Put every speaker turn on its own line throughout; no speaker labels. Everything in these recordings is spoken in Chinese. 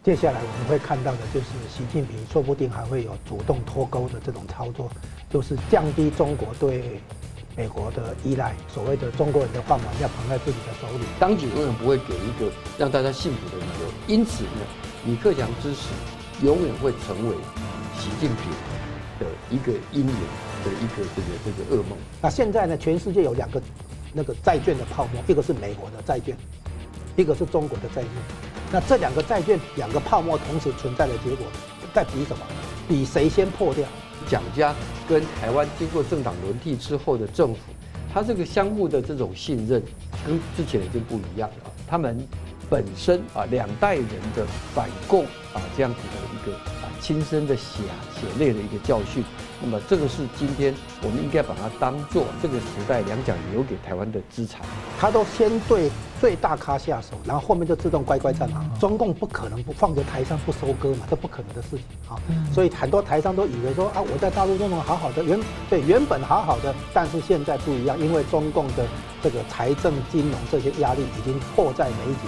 接下来我们会看到的就是习近平说不定还会有主动脱钩的这种操作，就是降低中国对美国的依赖，所谓的中国人的饭碗要捧在自己的手里。
当局永远不会给一个让大家信服的理由，因此呢，李克强之死永远会成为习近平的一个阴影的一个这个噩梦。
那现在呢，全世界有2个那个债券的泡沫，一个是美国的债券，一个是中国的债券。那这2个债券2个泡沫同时存在的结果，在比什么？比谁先破掉？
蒋家跟台湾经过政党轮替之后的政府，他这个相互的这种信任，跟之前已经不一样了。他们本身2代人的反共这样子的一个亲身的血泪的一个教训。那么这个是今天我们应该把它当做这个时代两蒋留给台湾的资产。
他都先对最大咖下手，然后后面就自动乖乖站好。中共不可能不放在台上不收割嘛，这不可能的事情啊。所以很多台商都以为说我在大陆弄得好好的，原本好好的，但是现在不一样，因为中共的这个财政、金融这些压力已经迫在眉睫。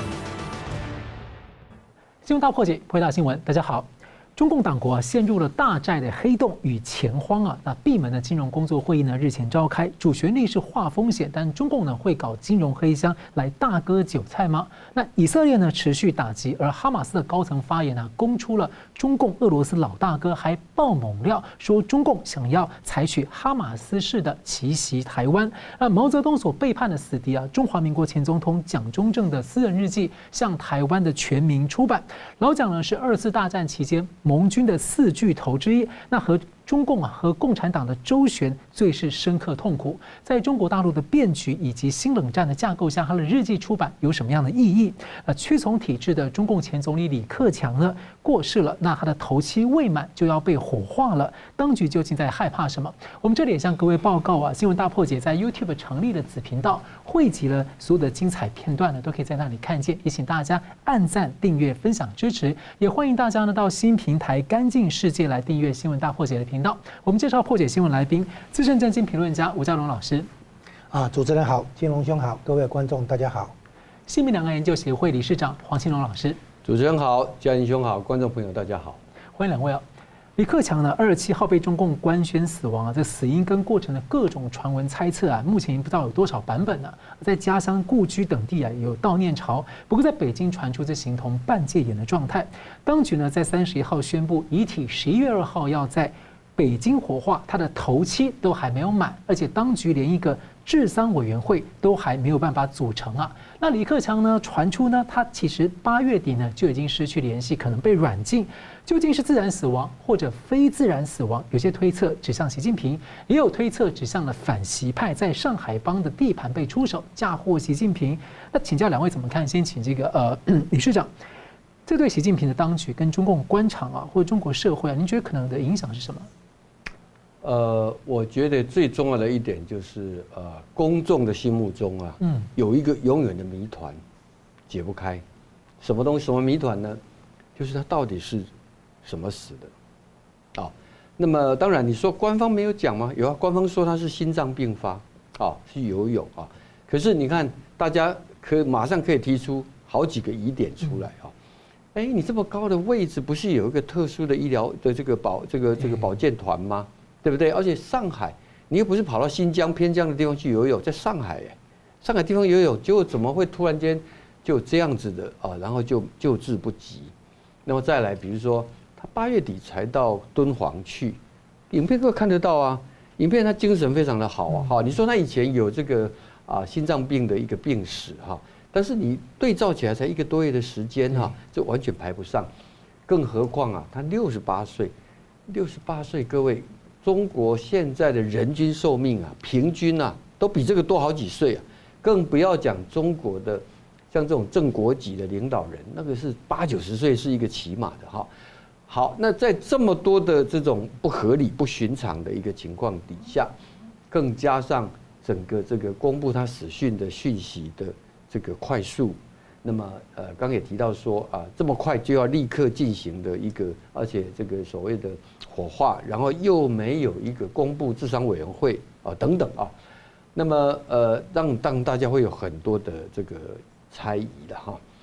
新闻大破解，回答新闻，大家好。中共党国陷入了大债的黑洞与钱荒那闭门的金融工作会议呢日前召开，主旋律是化风险，但中共呢会搞金融黑箱来大割韭菜吗？那以色列呢持续打击，而哈马斯的高层发言攻出了中共俄罗斯老大哥，还爆猛料说中共想要采取哈马斯式的奇袭台湾。那毛泽东所背叛的死敌中华民国前总统蒋中正的私人日记向台湾的全民出版。老蒋呢是2次大战期间盟军的4巨头之一，那和中共和共产党的周旋最是深刻痛苦。在中国大陆的变局以及新冷战的架构下，他的日记出版有什么样的意义？屈从体制的中共前总理李克强呢过世了，那他的头七未满就要被火化了，当局究竟在害怕什么？我们这里也向各位报告新闻大破解在 YouTube 成立的子频道，汇集了所有的精彩片段呢，都可以在那里看见。也请大家按赞、订阅、分享支持，也欢迎大家呢到新平台干净世界来订阅新闻大破解的频道。我们介绍破解新闻来宾，资深政经评论家吴嘉龙老师。
主持人好，金龙兄好，各位观众大家好。
新民两岸研究协会理事长黄庆龙老师。
主持人好，嘉玲兄好，观众朋友大家好，
欢迎2位李克强呢27号被中共官宣死亡这死因跟过程的各种传闻猜测目前不知道有多少版本呢。在家乡故居等地有悼念潮，不过在北京传出这形同半戒严的状态。当局呢在31号宣布遗体11月2号要在北京火化，他的头七都还没有满，而且当局连一个治丧委员会都还没有办法组成那李克强呢传出呢，他其实8月底呢就已经失去联系，可能被软禁。究竟是自然死亡或者非自然死亡？有些推测指向习近平，也有推测指向了反习派在上海帮的地盘被出手，嫁祸习近平。那请教2位怎么看？先请这个理事长，这对习近平的当局跟中共官场或者中国社会您觉得可能的影响是什么？
我觉得最重要的一点就是公众的心目中有一个永远的谜团解不开。什么东西？什么谜团呢？就是他到底是什么死的？那么当然你说官方没有讲吗？有官方说他是心脏病发是游泳可是你看大家马上可以提出好几个疑点出来你这么高的位置，不是有一个特殊的医疗的这个保健团吗？对不对？而且上海，你又不是跑到新疆偏疆的地方去游泳，在上海上海地方游泳，结果怎么会突然间就这样子的然后就救治不及？那么再来，比如说他8月底才到敦煌去，影片各位看得到影片他精神非常的好你说他以前有这个心脏病的一个病史但是你对照起来才1个多月的时间这完全排不上，更何况他68岁，各位。中国现在的人均寿命平均都比这个多好几岁更不要讲中国的像这种正国级的领导人，那个是80、90岁是一个起码的好，那在这么多的这种不合理、不寻常的一个情况底下，更加上整个这个公布他死讯的讯息的这个快速，那么刚也提到说这么快就要立刻进行的一个，而且这个所谓的火化，然后又没有一个公布治丧委员会等等那么让大家会有很多的这个猜疑的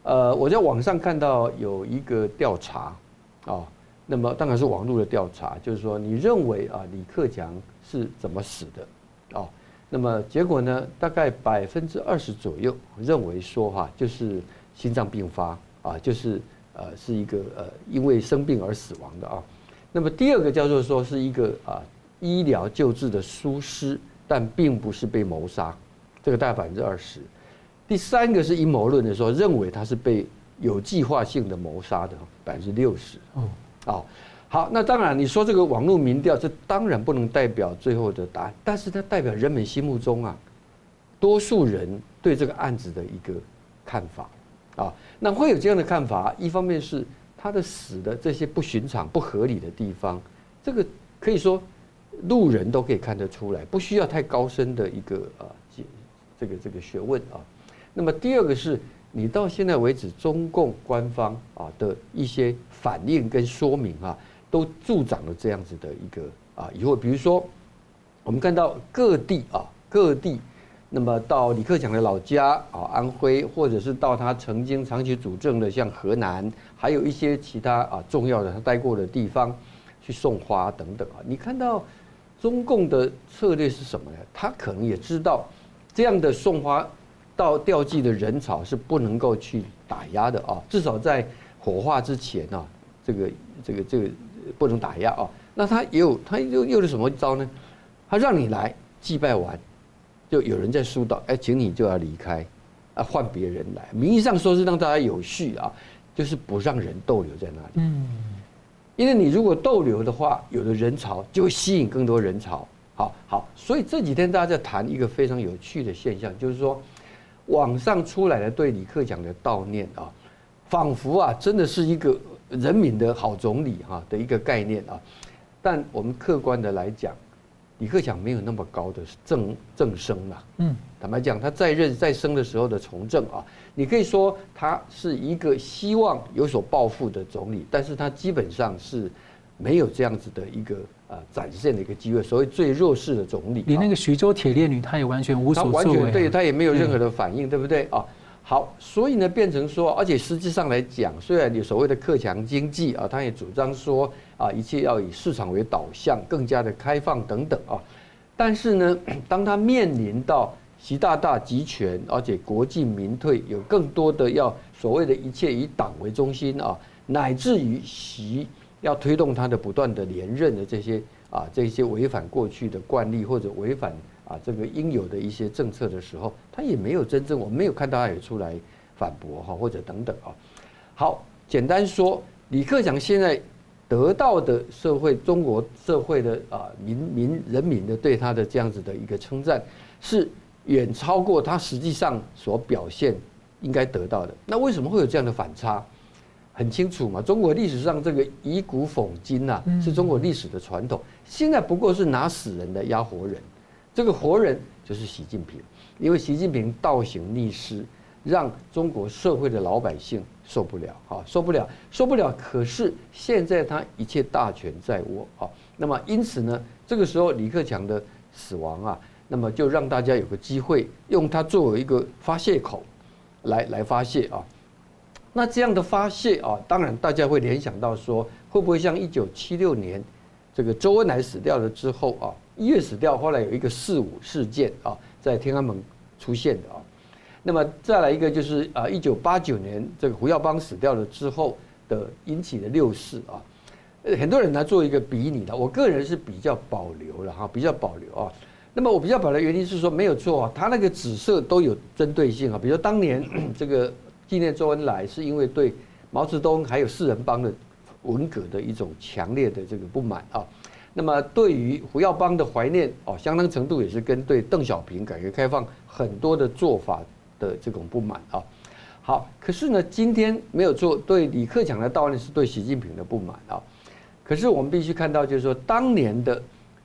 我在网上看到有一个调查，那么当然是网络的调查，就是说你认为李克强是怎么死的，那么结果呢，大概20%左右认为说就是心脏病发就是是一个因为生病而死亡的那么第二个叫做说是一个医疗救治的疏失，但并不是被谋杀，这个大概20%。第三个是阴谋论的说，认为他是被有计划性的谋杀的60%。好，那当然你说这个网络民调，这当然不能代表最后的答案，但是它代表人们心目中多数人对这个案子的一个看法那会有这样的看法，一方面是他的死的这些不寻常、不合理的地方，这个可以说路人都可以看得出来，不需要太高深的一个这个学问那么第二个是，你到现在为止，中共官方的一些反应跟说明都助长了这样子的一个疑惑。比如说，我们看到各地，那么到李克强的老家安徽，或者是到他曾经长期主政的像河南，还有一些其他重要的他待过的地方，去送花等等你看到中共的策略是什么呢？他可能也知道这样的送花到吊祭的人潮是不能够去打压的至少在火化之前这个不能打压那他又有什么招呢？他让你来祭拜完，就有人在疏导，请你就要离开换别人来。名义上说是让大家有序就是不让人逗留在那里。因为你如果逗留的话，有的人潮就会吸引更多人潮。好，所以这几天大家在谈一个非常有趣的现象，就是说，网上出来的对李克强的悼念仿佛真的是一个人民的好总理的一个概念但我们客观的来讲，李克强没有那么高的政声坦白讲，他在任在生的时候的从政你可以说他是一个希望有所抱负的总理，但是他基本上是没有这样子的一个展现的一个机会，所谓最弱势的总理，
连那个徐州铁链女他也完全无所作为，
他完全对他也没有任何的反应，对不对好，所以呢变成说，而且实际上来讲，虽然有所谓的克强经济他也主张说一切要以市场为导向，更加的开放等等但是呢，当他面临到习大大集权，而且国进民退，有更多的要所谓的一切以党为中心乃至于习要推动他的不断的连任的这些违反过去的惯例或者违反这个应有的一些政策的时候，他也没有真正，我们没有看到他也出来反驳或者等等好，简单说，李克强现在得到的中国社会的人民的对他的这样子的一个称赞，是远超过他实际上所表现应该得到的。那为什么会有这样的反差？很清楚嘛，中国历史上这个以古讽今是中国历史的传统。现在不过是拿死人的压活人，这个活人就是习近平，因为习近平倒行逆施，让中国社会的老百姓受不了受不了。可是现在他一切大权在握那么因此呢，这个时候李克强的死亡那么就让大家有个机会用他作为一个发泄口来发泄那这样的发泄当然大家会联想到说，会不会像1976年这个周恩来死掉了之后1月死掉，后来有一个4.5事件在天安门出现的那么再来一个就是1989年这个胡耀邦死掉了之后的引起的6.4很多人来做一个比拟的，我个人是比较保留了比较保留那么我比较保留的原因是说，没有错他那个指涉都有针对性比如说当年这个纪念周恩来是因为对毛泽东还有4人帮的文革的一种强烈的这个不满那么对于胡耀邦的怀念相当程度也是跟对邓小平改革开放很多的做法的这种不满好，可是呢，今天没有错，对李克强的悼念是对习近平的不满可是我们必须看到，就是说当年的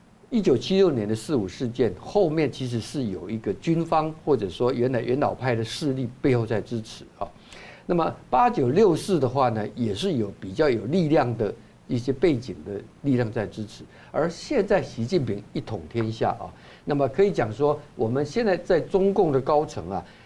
1976年的4.5事件后面其实是有一个军方或者说原来元老派的势力背后在支持那么8964的话呢，也是有比较有力量的一些背景的力量在支持，而现在习近平一统天下那么可以讲说，我们现在在中共的高层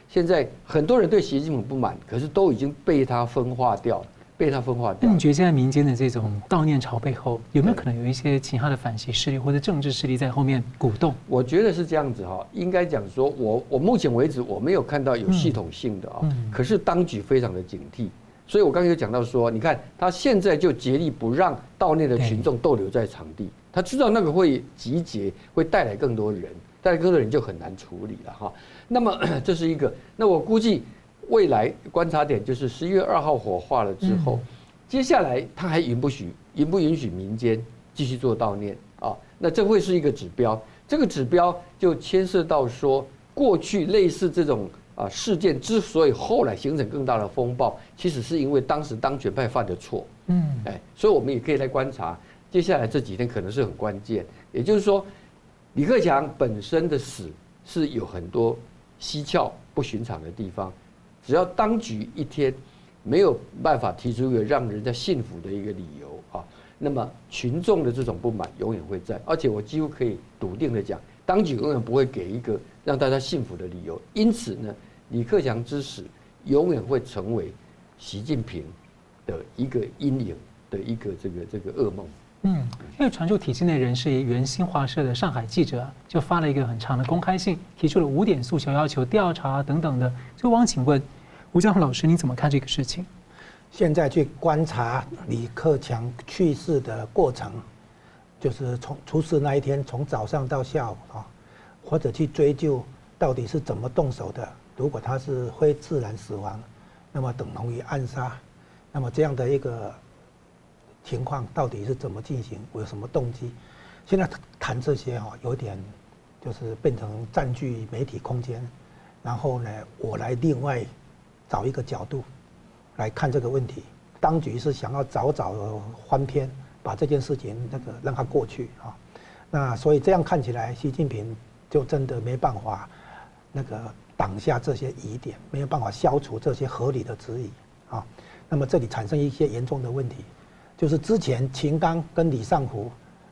现在很多人对习近平不满，可是都已经被他分化掉了。那
你觉得现在民间的这种悼念潮背后，有没有可能有一些其他的反习势力或者政治势力在后面鼓动？
我觉得是这样子哈，应该讲说，我目前为止我没有看到有系统性的啊，可是当局非常的警惕，所以我刚才有讲到说，你看他现在就竭力不让悼念的群众逗留在场地，他知道那个会集结，会带来更多人就很难处理了哈。那么这是一个，那我估计。未来观察点就是11月2号火化了之后，接下来他还允不允许民间继续做悼念啊？那这会是一个指标，这个指标就牵涉到说，过去类似这种事件之所以后来形成更大的风暴，其实是因为当时当权派犯的错，所以我们也可以来观察，接下来这几天可能是很关键，也就是说，李克强本身的死是有很多蹊跷不寻常的地方。只要当局一天没有办法提出一个让人家信服的一个理由啊，那么群众的这种不满永远会在，而且我几乎可以笃定的讲，当局永远不会给一个让大家信服的理由。因此呢，李克强之死永远会成为习近平的一个阴影的一个这个噩梦。
因为传出体制内人士原新华社的上海记者就发了一个很长的公开信，提出了5点诉求，要求调查等等的。所以我想请问吴江宏老师，你怎么看这个事情？
现在去观察李克强去世的过程，就是从出事那一天，从早上到下午啊，或者去追究到底是怎么动手的。如果他是非自然死亡，那么等同于暗杀。那么这样的一个情况到底是怎么进行？有什么动机？现在谈这些有点就是变成占据媒体空间。然后呢，我来另外找一个角度来看这个问题。当局是想要早翻篇，把这件事情让它过去啊。那所以这样看起来，习近平就真的没办法挡下这些疑点，没有办法消除这些合理的质疑啊。那么这里产生一些严重的问题。就是之前秦刚跟李尚福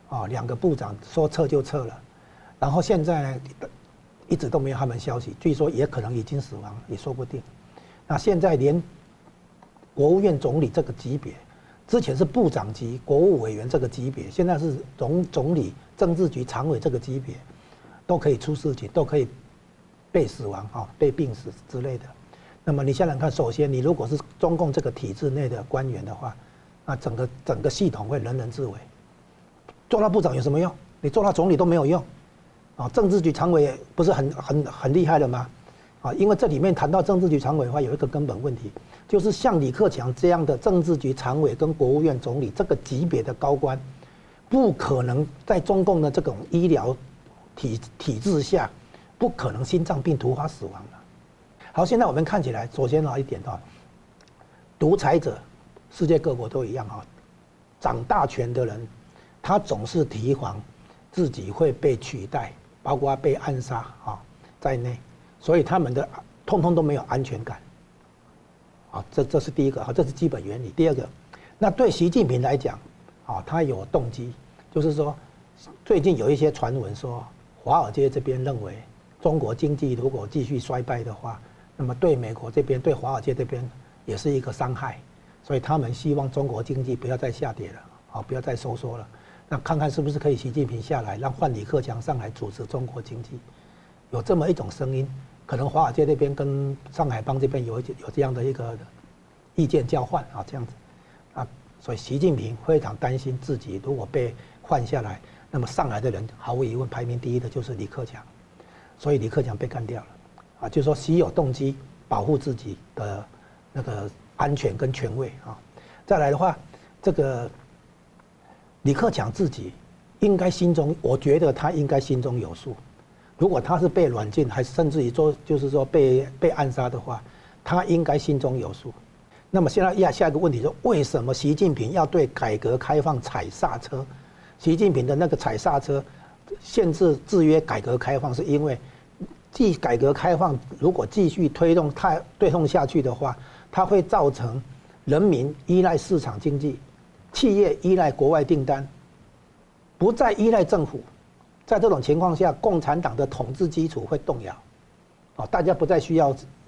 2个部长说撤就撤了，然后现在一直都没有他们消息，据说也可能已经死亡，也说不定。那现在连国务院总理这个级别，之前是部长级国务委员这个级别，现在是总理政治局常委这个级别，都可以出事情，都可以被死亡被病死之类的。那么你想想看，首先你如果是中共这个体制内的官员的话，那整个系统会人人自危，做到部长有什么用？你做到总理都没有用，政治局常委不是很厉害了吗？因为这里面谈到政治局常委的话，有一个根本问题，就是像李克强这样的政治局常委跟国务院总理这个级别的高官，不可能在中共的这种医疗体制下，不可能心脏病突发死亡的。好，现在我们看起来，首先一点独裁者。世界各国都一样掌大权的人，他总是提防自己会被取代，包括被暗杀在内，所以他们的通通都没有安全感。这是第一个这是基本原理。第二个，那对习近平来讲他有动机，就是说最近有一些传闻说，华尔街这边认为中国经济如果继续衰败的话，那么对美国这边、对华尔街这边也是一个伤害。所以他们希望中国经济不要再下跌了，不要再收缩了。那看看是不是可以习近平下来，让换李克强上来主持中国经济，有这么一种声音。可能华尔街那边跟上海帮这边有这样的一个意见交换这样子所以习近平非常担心自己如果被换下来，那么上来的人毫无疑问排名第一的就是李克强，所以李克强被干掉了就是说习有动机保护自己的安全跟权位再来的话，这个李克强自己应该心中，我觉得他应该心中有数。如果他是被软禁，还甚至于就是说被暗杀的话，他应该心中有数。那么现在下一个问题说，为什么习近平要对改革开放踩刹车？习近平的那个踩刹车，限制制约改革开放，是因为改革开放如果继续推动下去的话，它会造成人民依赖市场经济，企业依赖国外订单，不再依赖政府。在这种情况下，共产党的统治基础会动摇，大家不再需要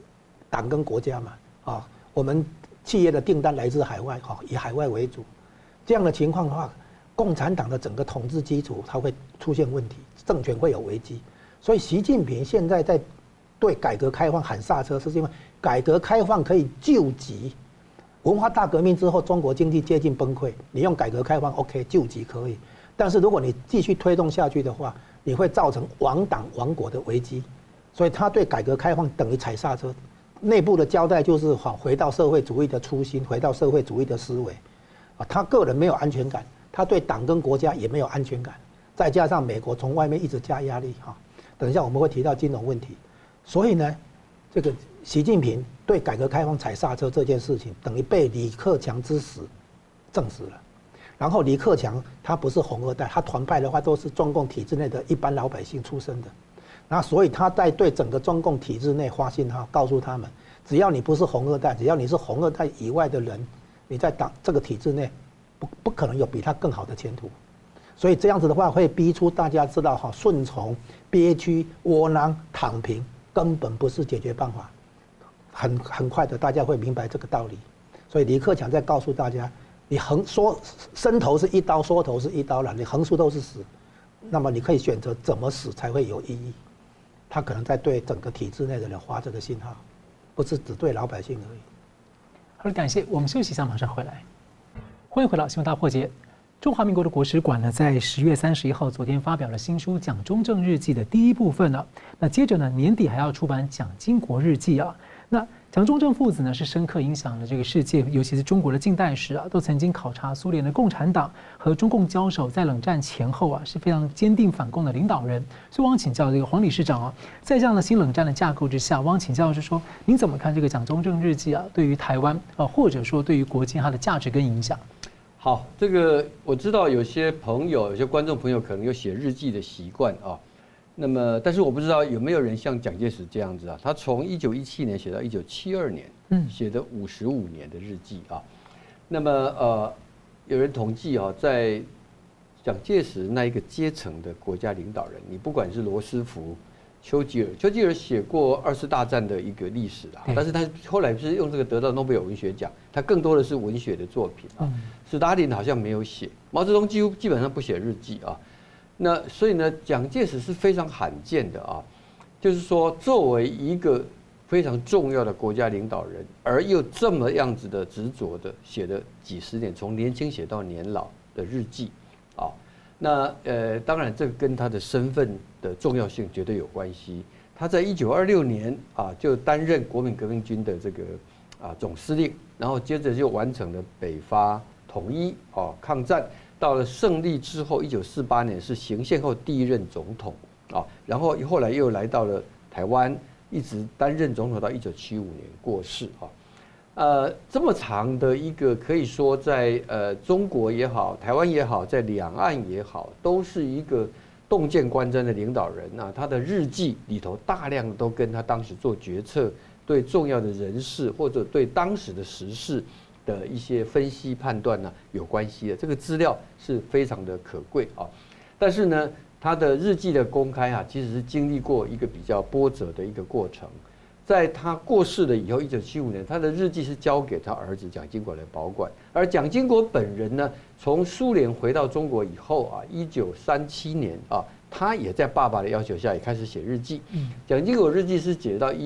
党跟国家嘛，我们企业的订单来自海外，以海外为主，这样的情况的话，共产党的整个统治基础它会出现问题，政权会有危机。所以习近平现在在对改革开放喊刹车，是因为改革开放可以救急。文化大革命之后，中国经济接近崩溃，你用改革开放 OK 救急可以，但是如果你继续推动下去的话，你会造成亡党亡国的危机。所以他对改革开放等于踩刹车。内部的交代就是回到社会主义的初心，回到社会主义的思维。他个人没有安全感，他对党跟国家也没有安全感，再加上美国从外面一直加压力等一下我们会提到金融问题，所以呢，这个习近平对改革开放踩刹车这件事情，等于被李克强之死证实了。然后李克强他不是红二代，他团派的话都是中共体制内的一般老百姓出身的。那所以他在对整个中共体制内发信号，告诉他们，只要你不是红二代，只要你是红二代以外的人，你在党这个体制内不可能有比他更好的前途。所以这样子的话，会逼出大家知道顺从、憋屈、窝囊、躺平根本不是解决办法。很快的，大家会明白这个道理。所以李克强在告诉大家，你伸头是一刀，缩头是一刀了，你横竖都是死。那么你可以选择怎么死才会有意义。他可能在对整个体制内的人发这个信号，不是只对老百姓而已。
好的，感谢。我们休息一下，马上回来。欢迎回到新闻大破解。中华民国的国史馆呢，在10月31号昨天发表了新书《蒋中正日记》的第一部分了。那接着呢，年底还要出版《蒋经国日记》啊。那蒋中正父子呢，是深刻影响了这个世界，尤其是中国的近代史啊，都曾经考察苏联的共产党和中共交手，在冷战前后啊，是非常坚定反共的领导人。所以我想请教这个黄理事长啊，在这样的新冷战的架构之下，我想请教是说，您怎么看这个蒋中正日记啊，对于台湾啊，或者说对于国际它的价值跟影响？
好，这个我知道有些朋友、有些观众朋友可能有写日记的习惯啊。那么，但是我不知道有没有人像蒋介石这样子啊，他从1917年写到1972年，写的55年的日记啊。那么有人统计啊，在蒋介石那一个阶层的国家领导人，你不管是罗斯福、丘吉尔写过2次大战的一个历史啊，但是他后来是用这个得到诺贝尔文学奖，他更多的是文学的作品啊。斯大林好像没有写，毛泽东基本上不写日记啊。那所以呢，蒋介石是非常罕见的啊，就是说作为一个非常重要的国家领导人，而又这么样子的执着的写了几十年，从年轻写到年老的日记啊。那当然这个跟他的身份的重要性绝对有关系。他在1926年啊就担任国民革命军的这个总司令，然后接着就完成了北伐统一抗战。到了胜利之后，1948年是行宪后第一任总统啊，然后后来又来到了台湾，一直担任总统到1975年过世啊。这么长的一个可以说在中国也好，台湾也好，在两岸也好，都是一个洞见观瞻的领导人啊。他的日记里头大量都跟他当时做决策、对重要的人事或者对当时的时事的一些分析判断呢有关系的，这个资料是非常的可贵啊。但是呢，他的日记的公开啊，其实是经历过一个比较波折的一个过程。在他过世了以后，1975年，他的日记是交给他儿子蒋经国来保管。而蒋经国本人呢，从苏联回到中国以后啊，1937年啊，他也在爸爸的要求下也开始写日记。蒋经国日记是写到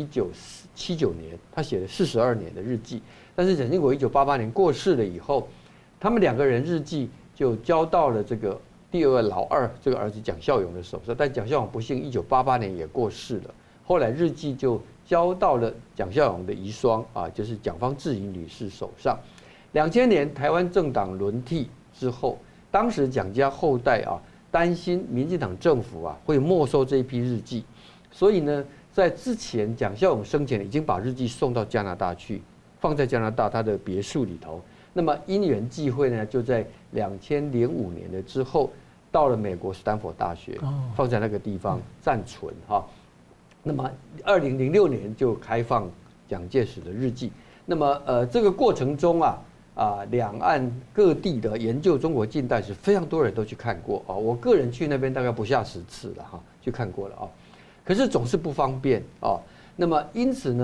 1979年，他写了42年的日记。但是蒋经国1988年过世了以后，他们两个人日记就交到了这个第二老二这个儿子蒋孝勇的手上。但蒋孝勇不幸1988年也过世了，后来日记就交到了蒋孝勇的遗孀啊，就是蒋方智怡女士手上。2000年台湾政党轮替之后，当时蒋家后代啊担心民进党政府啊会没收这一批日记，所以呢，在之前蒋孝勇生前已经把日记送到加拿大去。放在加拿大他的别墅里头，那么因缘际会呢，就在2005年的之后，到了美国斯坦福大学，放在那个地方暂存哈。那么2006年就开放蒋介石的日记。那么这个过程中两岸各地的研究中国近代史，非常多人都去看过啊。我个人去那边大概不下10次了哈，去看过了啊。可是总是不方便啊。那么因此呢，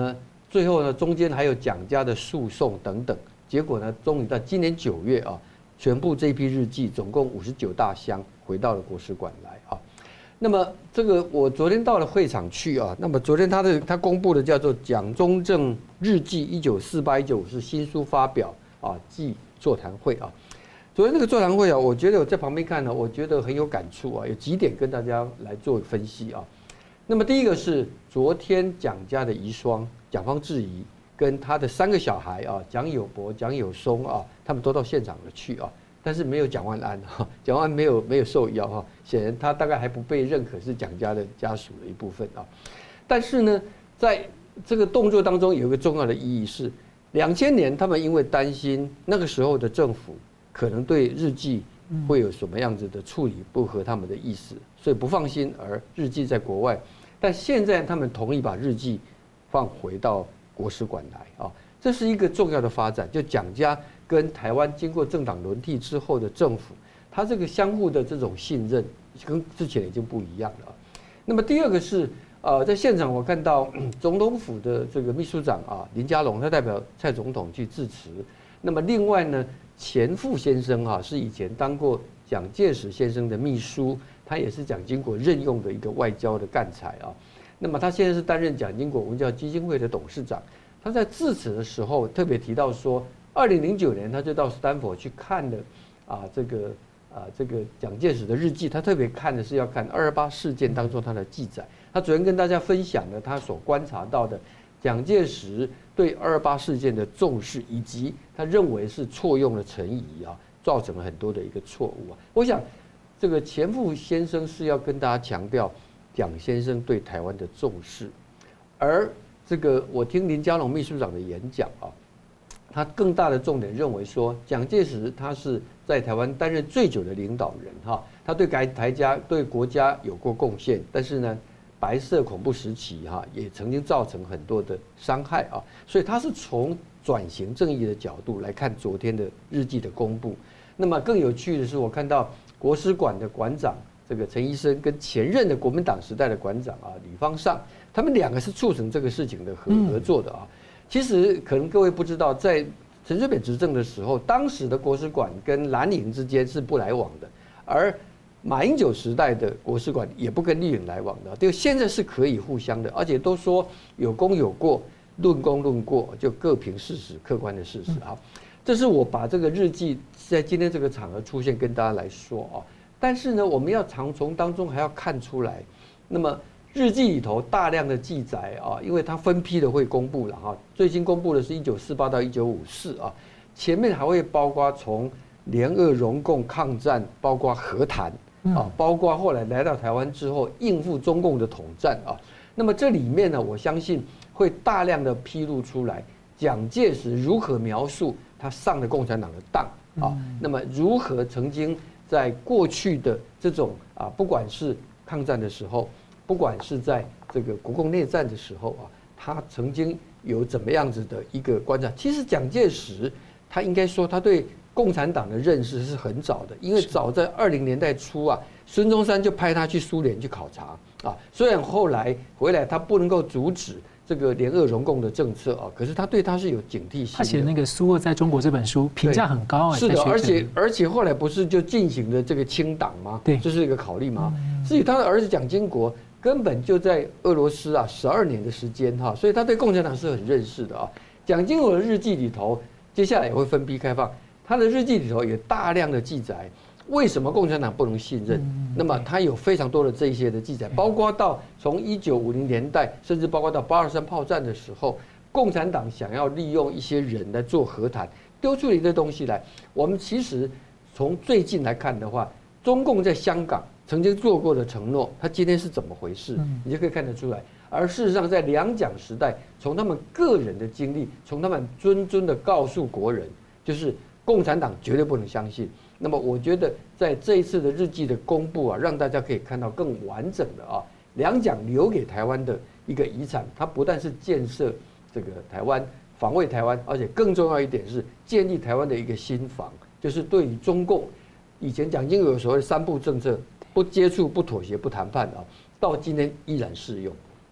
最后呢中间还有蒋家的诉讼等等，结果呢终于在今年9月啊，全部这批日记总共59大箱回到了国史馆来啊。那么这个我昨天到了会场去啊，那么昨天他公布的叫做蒋中正日记1948-1954新书发表啊暨座谈会啊。昨天那个座谈会啊，我觉得我在旁边看呢，我觉得很有感触啊，有几点跟大家来做分析啊。那么第一个是昨天蒋家的遗孀蒋方智怡跟他的3个小孩啊，蒋友柏、蒋友松啊，他们都到现场了去啊。但是没有蒋万安哈，蒋万安没有受邀哈，显然他大概还不被认可是蒋家的家属的一部分啊。但是呢，在这个动作当中有一个重要的意义是，2000年他们因为担心那个时候的政府可能对日记会有什么样子的处理不合他们的意思，所以不放心，而日记在国外。但现在他们同意把日记放回到国史馆来啊，这是一个重要的发展，就蒋家跟台湾经过政党轮替之后的政府，他这个相互的这种信任跟之前已经不一样了。那么第二个是在现场我看到总统府的这个秘书长啊林佳龙，他代表蔡总统去致辞。那么另外呢，钱复先生啊是以前当过蒋介石先生的秘书，他也是蒋经国任用的一个外交的干才啊。那么他现在是担任蒋经国文教基金会的董事长。他在致辞的时候特别提到说，2009年他就到斯坦福去看了这个蒋介石的日记，他特别看的是要看228事件当中他的记载。他昨天跟大家分享了他所观察到的蒋介石对228事件的重视，以及他认为是错用了陈仪啊，造成了很多的一个错误啊。我想这个钱复先生是要跟大家强调蒋先生对台湾的重视，而这个我听林佳龙秘书长的演讲啊，他更大的重点认为说，蒋介石他是在台湾担任最久的领导人哈，他对对国家有过贡献，但是呢，白色恐怖时期哈也曾经造成很多的伤害啊，所以他是从转型正义的角度来看昨天的日记的公布。那么更有趣的是，我看到国史馆的馆长这个陈医生跟前任的国民党时代的馆长啊李方尚，他们2个是促成这个事情的合作的啊。其实可能各位不知道，在陈水扁执政的时候，当时的国史馆跟蓝营之间是不来往的，而马英九时代的国史馆也不跟绿营来往的，就现在是可以互相的，而且都说有功有过，论功论过，就各凭事实，客观的事实啊。这是我把这个日记在今天这个场合出现跟大家来说啊。但是呢，我们要从当中还要看出来，那么日记里头大量的记载啊，因为它分批的会公布了哈，最新公布的是1948到1954啊，前面还会包括从联俄容共抗战，包括和谈啊，包括后来来到台湾之后应付中共的统战啊，那么这里面呢，我相信会大量的披露出来，蒋介石如何描述他上了共产党的当啊，那么如何曾经在过去的这种不管是抗战的时候，不管是在这个国共内战的时候啊，他曾经有怎么样子的一个观察。其实蒋介石他应该说他对共产党的认识是很早的，因为早在20年代初啊，孙中山就派他去苏联去考察啊。虽然后来回来他不能够阻止这个联俄容共的政策啊，可是他对他是有警惕性的。
他写的那个《苏俄在中国》这本书评价很高啊。
是的，而且后来不是就进行了这个清党吗？
对，
这是一个考虑吗？至于他的儿子蒋经国根本就在俄罗斯啊12年的时间哈，所以他对共产党是很认识的啊。蒋经国的日记里头，接下来也会分批开放，他的日记里头有大量的记载。为什么共产党不能信任？那么他有非常多的这一些的记载，包括到从1950年代，甚至包括到823炮战的时候，共产党想要利用一些人来做和谈，丢出一堆东西来。我们其实从最近来看的话，中共在香港曾经做过的承诺，他今天是怎么回事，你就可以看得出来。而事实上，在两蒋时代，从他们个人的经历，从他们谆的告诉国人，就是共产党绝对不能相信。那么我觉得在这一次的日记的公布啊，让大家可以看到更完整的啊，两蒋留给台湾的一个遗产，它不但是建设这个台湾、防卫台湾，而且更重要一点是建立台湾的一个新防，就是对于中共以前蒋经国有所谓的3不政策，不接触、不妥协、不谈判啊，到今天依然适用。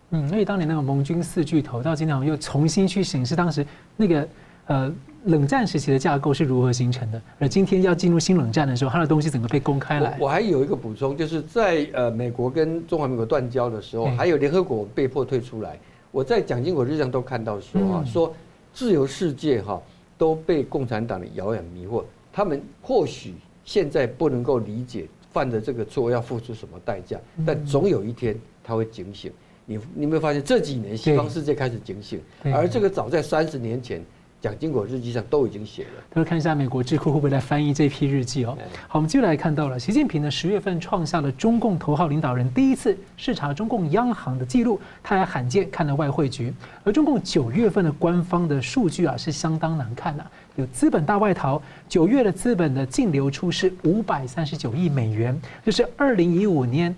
所以当年那个盟军4巨头到今天又重新去审视当时那个冷战时期的架构是如何形成的，而今天要进入新冷战的时候，它的东西整个被公开来。
我还有一个补充，就是在美国跟中华民国断交的时候，还有联合国被迫退出来。我在蒋经国日上都看到说说自由世界都被共产党的谣言迷惑，他们或许现在不能够理解犯的这个错要付出什么代价，但总有一天他会警醒。你有没有发现这几年西方世界开始警醒，而这个早在30年前。蒋经国日记上都已经写了。
都看一下美国智库会不会来翻译这批日记哦。好，我们接下来看到了习近平呢10月份创下了中共头号领导人第一次视察中共央行的记录，他还罕见看了外汇局。而中共9月份的官方的数据是相当难看的，有资本大外逃，9月的资本的净流出是539亿美元，这是2015年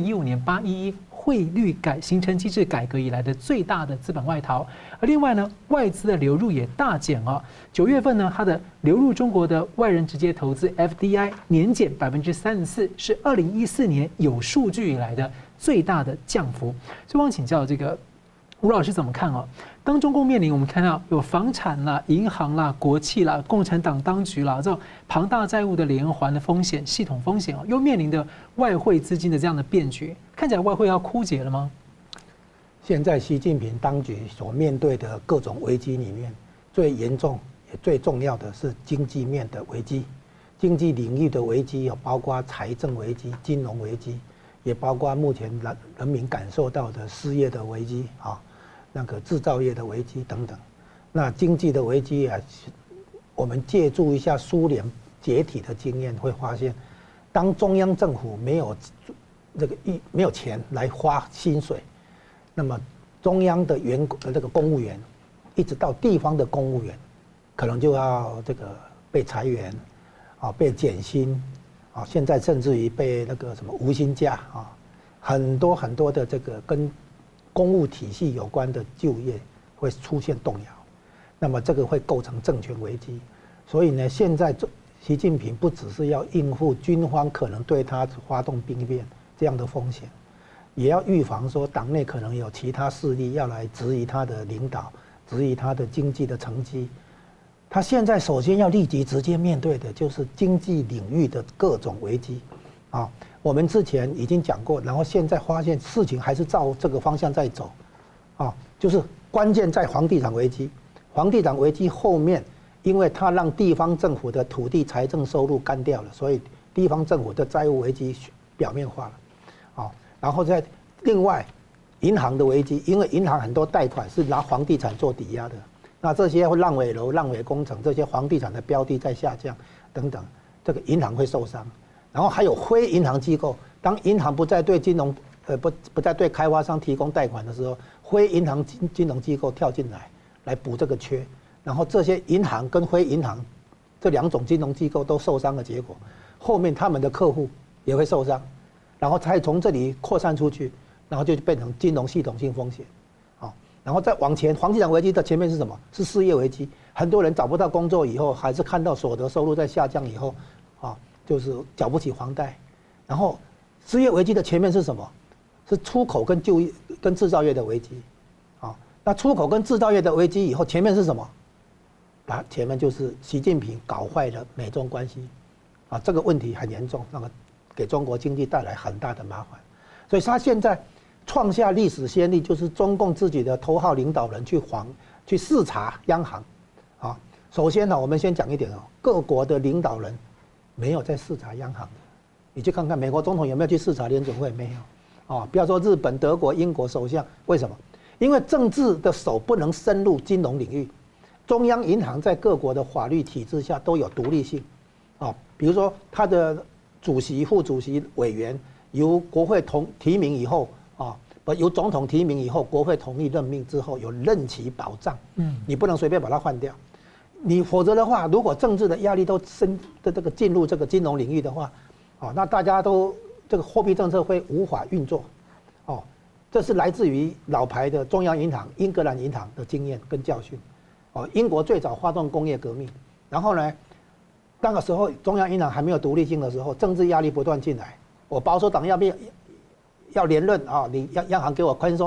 811汇率形成机制改革以来的最大的资本外逃。而另外呢，外资的流入也大减9月份呢，它的流入中国的外人直接投资 FDI 年减34%，是2014年有数据以来的最大的降幅。所以我想请教这个吴老师怎么看当中共面临我们看到有房产啦、银行啦、国企啦、共产党当局啦这种庞大债务的连环的风险、系统风险又面临的外汇资金的这样的变局，看起来外汇要枯竭了吗？
现在习近平当局所面对的各种危机里面，最严重也最重要的是经济面的危机。经济领域的危机包括财政危机、金融危机，也包括目前人民感受到的失业的危机那个制造业的危机等等。那经济的危机我们借助一下苏联解体的经验，会发现，当中央政府没有钱来花薪水，那么中央的公务员，一直到地方的公务员，可能就要被裁员被减薪现在甚至于被什么无薪假很多很多的跟公务体系有关的就业会出现动摇，那么这个会构成政权危机。所以呢，现在习近平不只是要应付军方可能对他发动兵变这样的风险，也要预防说党内可能有其他势力要来质疑他的领导，质疑他的经济的成绩。他现在首先要立即直接面对的就是经济领域的各种危机我们之前已经讲过，然后现在发现事情还是照这个方向在走就是关键在房地产危机。房地产危机后面，因为他让地方政府的土地财政收入干掉了，所以地方政府的债务危机表面化了然后在另外银行的危机，因为银行很多贷款是拿房地产做抵押的，那这些烂尾楼、烂尾工程，这些房地产的标的在下降等等，这个银行会受伤。然后还有非银行机构，当银行不再对不再对开发商提供贷款的时候，非银行金融机构跳进来补这个缺，然后这些银行跟非银行这2种金融机构都受伤的结果，后面他们的客户也会受伤，然后才从这里扩散出去，然后就变成金融系统性风险然后再往前，房地产危机的前面是什么？是失业危机，很多人找不到工作以后，还是看到所得收入在下降以后就是缴不起房贷。然后失业危机的前面是什么？是出口跟就业跟制造业的危机那出口跟制造业的危机以后，前面是什么？前面就是习近平搞坏了美中关系这个问题很严重，给中国经济带来很大的麻烦。所以他现在创下历史先例，就是中共自己的头号领导人去视察央行首先我们先讲一点各国的领导人没有在视察央行的。你去看看美国总统有没有去视察联准会？没有不要说日本、德国、英国首相，为什么？因为政治的手不能深入金融领域，中央银行在各国的法律体制下都有独立性比如说他的主席、副主席、委员由国会提名以后由总统提名以后，国会同意任命之后有任期保障你不能随便把它换掉。你否则的话，如果政治的压力都进入这个金融领域的话那大家都这个货币政策会无法运作这是来自于老牌的中央银行英格兰银行的经验跟教训英国最早发动工业革命，然后呢那个时候中央银行还没有独立性的时候，政治压力不断进来，我保守党要连任你央行给我宽松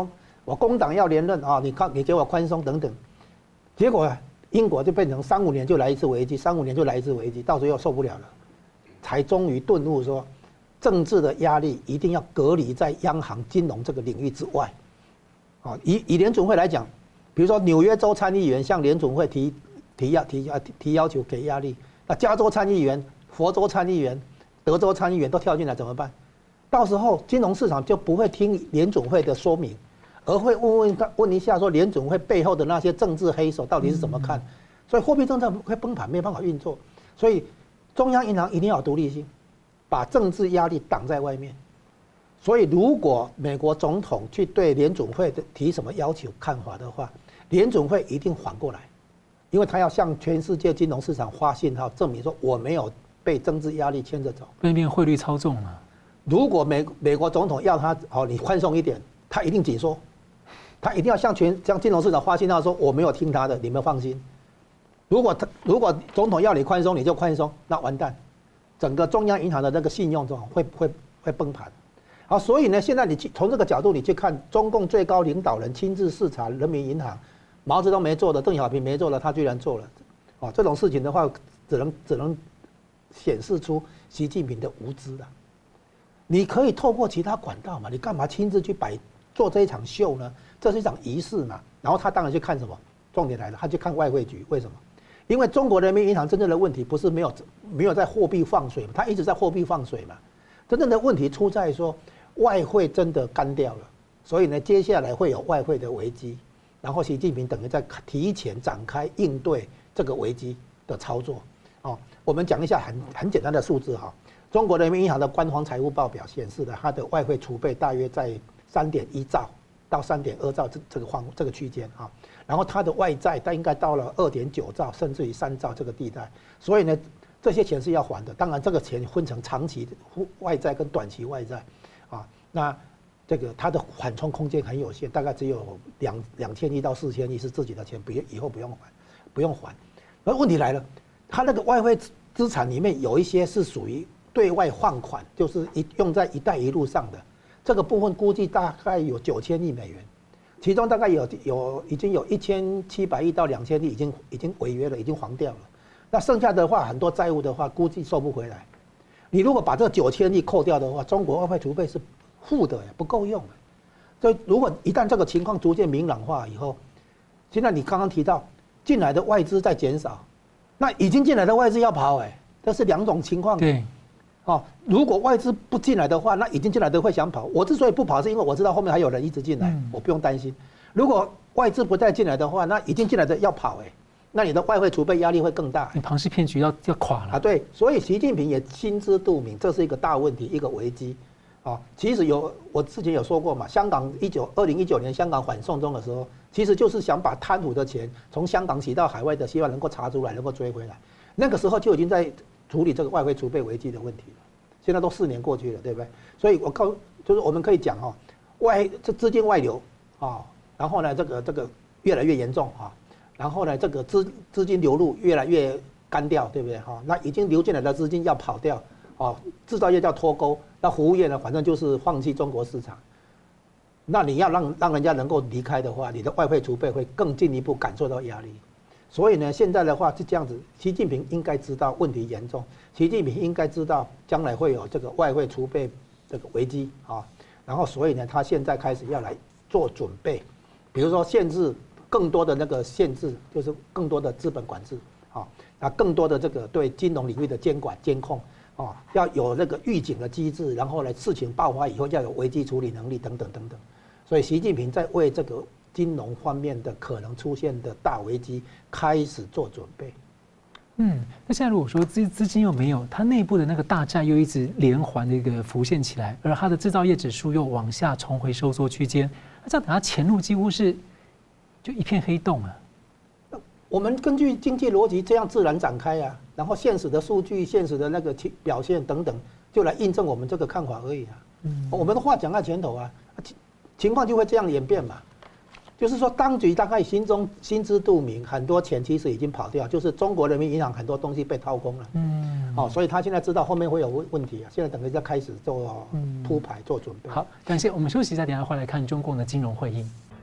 我工党要连任啊，你给我宽松等等，结果英国就变成3、5年就来一次危机，3、5年就来一次危机，到时候又受不了了，才终于顿悟说，政治的压力一定要隔离在央行金融这个领域之外。啊，以联准会来讲，比如说纽约州参议员向联准会提要求给压力，那加州参议员、佛州参议员、德州参议员都跳进来怎么办？到时候金融市场就不会听联准会的说明，而会问一下说联准会背后的那些政治黑手到底是怎么看，所以货币政策会崩盘，没办法运作。所以中央银行一定要有独立性，把政治压力挡在外面。所以如果美国总统去对联准会提什么要求看法的话，联准会一定反过来，因为他要向全世界金融市场发信号，证明说我没有被政治压力牵着走，
变汇率操纵了。
如果美国总统要他你宽松一点，他一定紧缩，他一定要向金融市场发信号说我没有听他的，你们放心。如果总统要你宽松，你就宽松，那完蛋，整个中央银行的那个信用会崩盘。好，所以呢，现在你从这个角度你去看，中共最高领导人亲自视察人民银行，毛泽东没做的，邓小平没做的，他居然做了。这种事情的话，只能显示出习近平的无知了。你可以透过其他管道嘛，你干嘛亲自去做这一场秀呢？这是一场仪式嘛。然后他当然去看什么？重点来了，他去看外汇局。为什么？因为中国人民银行真正的问题不是没有在货币放水嘛，他一直在货币放水嘛。真正的问题出在说外汇真的干掉了，所以呢，接下来会有外汇的危机。然后习近平等于在提前展开应对这个危机的操作。我们讲一下很简单的数字哈。中国人民银行的官方财务报表显示的，它的外汇储备大约在3.1兆到3.2兆这个区间啊。然后它的外债它应该到了2.9兆甚至于3兆这个地带。所以呢，这些钱是要还的。当然，这个钱分成长期外债跟短期外债啊。那这个它的缓冲空间很有限，大概只有2000亿到4000亿是自己的钱，以后不用还。而问题来了，它那个外汇资产里面有一些是属于对外放款，就是用在“一带一路”上的这个部分，估计大概有9000亿美元，其中大概已经有1700亿到2000亿已经违约了，已经还掉了。那剩下的话，很多债务的话，估计收不回来。你如果把这9000亿扣掉的话，中国外汇储备是负的，不够用。所以如果一旦这个情况逐渐明朗化以后，现在你刚刚提到进来的外资在减少，那已经进来的外资要跑，这是两种情况。
对。
如果外资不进来的话，那已经进来的会想跑。我之所以不跑，是因为我知道后面还有人一直进来，我不用担心。如果外资不再进来的话，那已经进来的要跑，那你的外汇储备压力会更大。
你庞氏骗局要垮了
啊！对，所以习近平也心知肚明，这是一个大问题，一个危机。其实我之前有说过嘛，香港2019年香港反送中的时候，其实就是想把贪腐的钱从香港洗到海外的，希望能够查出来，能够追回来。那个时候就已经在处理这个外汇储备危机的问题了。现在都4年过去了，对不对？所以就是我们可以讲这资金外流然后呢这个越来越严重然后呢这个资金流入越来越干掉，对不对那已经流进来的资金要跑掉制造业叫脱钩，那服务业呢，反正就是放弃中国市场。那你要让人家能够离开的话，你的外汇储备会更进一步感受到压力。所以呢，现在的话是这样子，习近平应该知道问题严重，习近平应该知道将来会有这个外汇储备这个危机然后所以呢，他现在开始要来做准备，比如说限制更多的那个限制，就是更多的资本管制那更多的这个对金融领域的监管监控要有那个预警的机制，然后呢事情爆发以后要有危机处理能力等等等等。所以习近平在为这个金融方面的可能出现的大危机开始做准备。
那现在如果说资金又没有，它内部的那个大债又一直连环的一个浮现起来，而它的制造业指数又往下重回收缩区间，那这样等它前路几乎是就一片黑洞啊。
我们根据经济逻辑这样自然展开然后现实的数据、现实的那个表现等等，就来印证我们这个看法而已我们的话讲在前头情况就会这样演变嘛。就是说，当局大概心知肚明，很多钱其实已经跑掉，就是中国人民银行很多东西被掏空了。所以他现在知道后面会有问题现在等于在开始做铺排、做准备。
好，感谢，我们休息一下，等一下回来看中共的金融会议。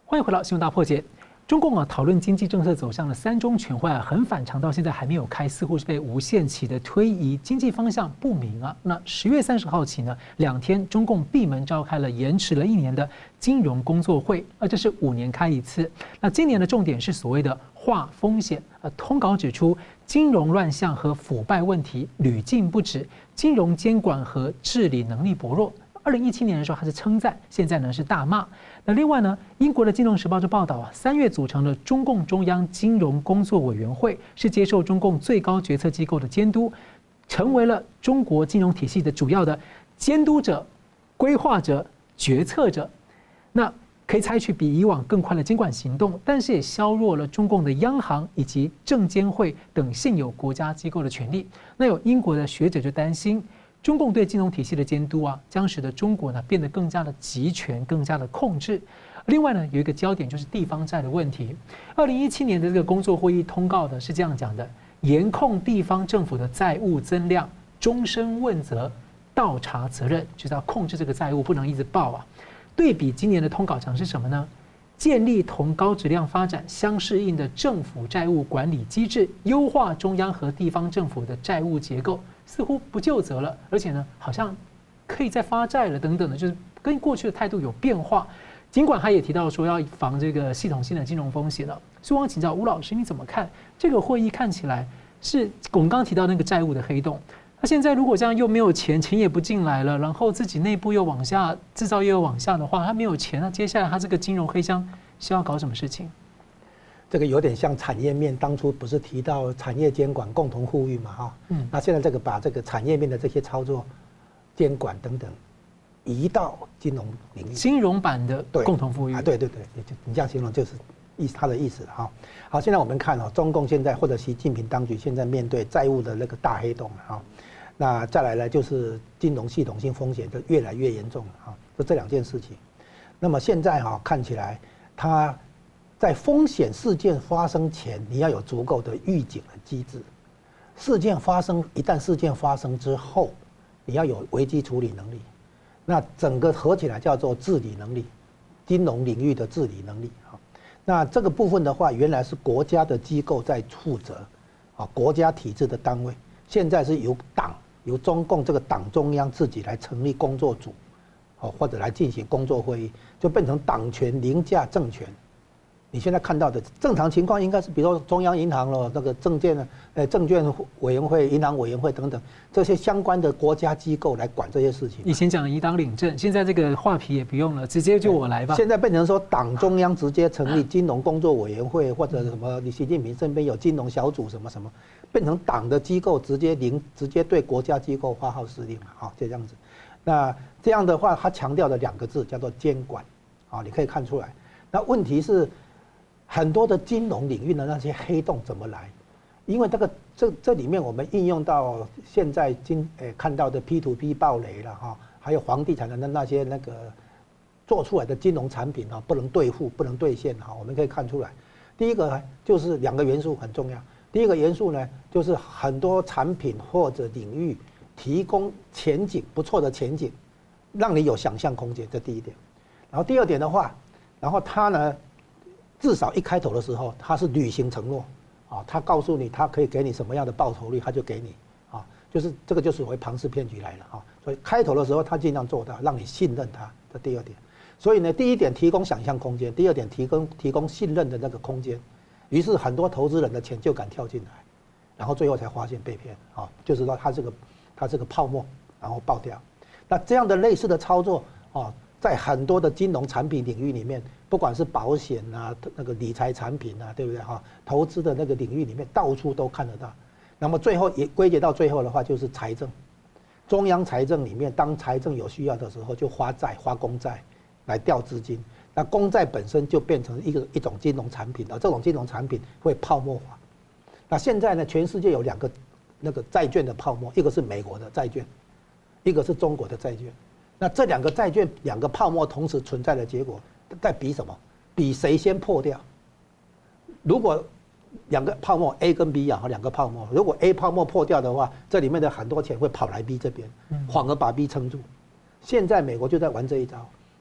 欢迎回到新闻大破解。中共讨论经济政策走向的3中全会很反常，到现在还没有开，似乎是被无限期的推移，经济方向不明啊。那10月30号起呢，2天中共闭门召开了延迟了1年的金融工作会，这是5年开一次。那今年的重点是所谓的化风险。通稿指出，金融乱象和腐败问题屡禁不止，金融监管和治理能力薄弱。2017年的时候，他是称赞，现在呢是大骂。那另外呢，英国的《金融时报》就报道3月组成的中共中央金融工作委员会是接受中共最高决策机构的监督，成为了中国金融体系的主要的监督者、规划者、决策者。那可以采取比以往更快的监管行动，但是也削弱了中共的央行以及证监会等现有国家机构的权利。那有英国的学者就担心，中共对金融体系的监督将使得中国呢变得更加的集权、更加的控制。另外呢，有一个焦点就是地方债的问题。2017年的这个工作会议通告的是这样讲的：严控地方政府的债务增量，终身问责，倒查责任，就是要控制这个债务不能一直爆。对比今年的通稿讲是什么呢？建立同高质量发展相适应的政府债务管理机制，优化中央和地方政府的债务结构，似乎不究责了，而且呢，好像可以再发债了等等的，就是跟过去的态度有变化。尽管他也提到说要防这个系统性的金融风险了。所以我想请教吴老师，你怎么看这个会议？看起来是我们刚刚提到那个债务的黑洞。那现在如果这样又没有钱，钱也不进来了，然后自己内部又往下，制造业又往下的话，他没有钱，那接下来他这个金融黑箱是要搞什么事情？
这个有点像产业面，当初不是提到产业监管共同富裕嘛，那现在这个把这个产业面的这些操作、监管等等移到金融领域，
金融版的共同富裕
对，你这样形容就是他的意思哈。好，现在我们看中共现在或者习近平当局现在面对债务的那个大黑洞那再来呢就是金融系统性风险就越来越严重了就这2件事情。那么现在看起来，它在风险事件发生前，你要有足够的预警的机制；一旦事件发生之后，你要有危机处理能力。那整个合起来叫做治理能力，金融领域的治理能力那这个部分的话，原来是国家的机构在负责国家体制的单位，现在是由中共这个党中央自己来成立工作组或者来进行工作会议，就变成党权凌驾政权。你现在看到的正常情况应该是，比如说中央银行了，那个证券委员会、银行委员会等等这些相关的国家机构来管这些事情。
以前讲以党领政，现在这个画皮也不用了，直接就我来吧。
现在变成说党中央直接成立金融工作委员会，或者什么习近平身边有金融小组什么什么，变成党的机构直接对国家机构发号施令了就这样子。那这样的话，他强调的2个字叫做监管你可以看出来。那问题是，很多的金融领域的那些黑洞怎么来？因为这里面我们应用到现在看到的 P2P 暴雷了还有房地产的那些做出来的金融产品不能兑付、不能兑现我们可以看出来。第一个就是2个元素很重要。第一个元素呢，就是很多产品或者领域提供前景不错的前景，让你有想象空间，这第一点。然后第2点的话，然后它呢，至少一开头的时候，它是履行承诺他告诉你他可以给你什么样的报酬率，他就给你就是这个就是所谓庞氏骗局来了所以开头的时候他尽量做到让你信任他，这第2点。所以呢，第1点提供想象空间，第2点提供信任的那个空间，于是很多投资人的钱就敢跳进来，然后最后才发现被骗就是说他这个泡沫然后爆掉。那这样的类似的操作在很多的金融产品领域里面，不管是保险那个理财产品对不对投资的那个领域里面，到处都看得到。那么最后也归结到最后的话，就是财政，中央财政里面，当财政有需要的时候，就发公债来调资金。那公债本身就变成一种金融产品这种金融产品会泡沫化。那现在呢，全世界有2个那个债券的泡沫，一个是美国的债券，一个是中国的债券。那这2个债券2个泡沫同时存在的结果，在比什么？比谁先破掉。如果2个泡沫 A 跟 B 2个泡沫，如果 A 泡沫破掉的话，这里面的很多钱会跑来 B 这边，反而把 B 撑住。现在美国就在玩这一招，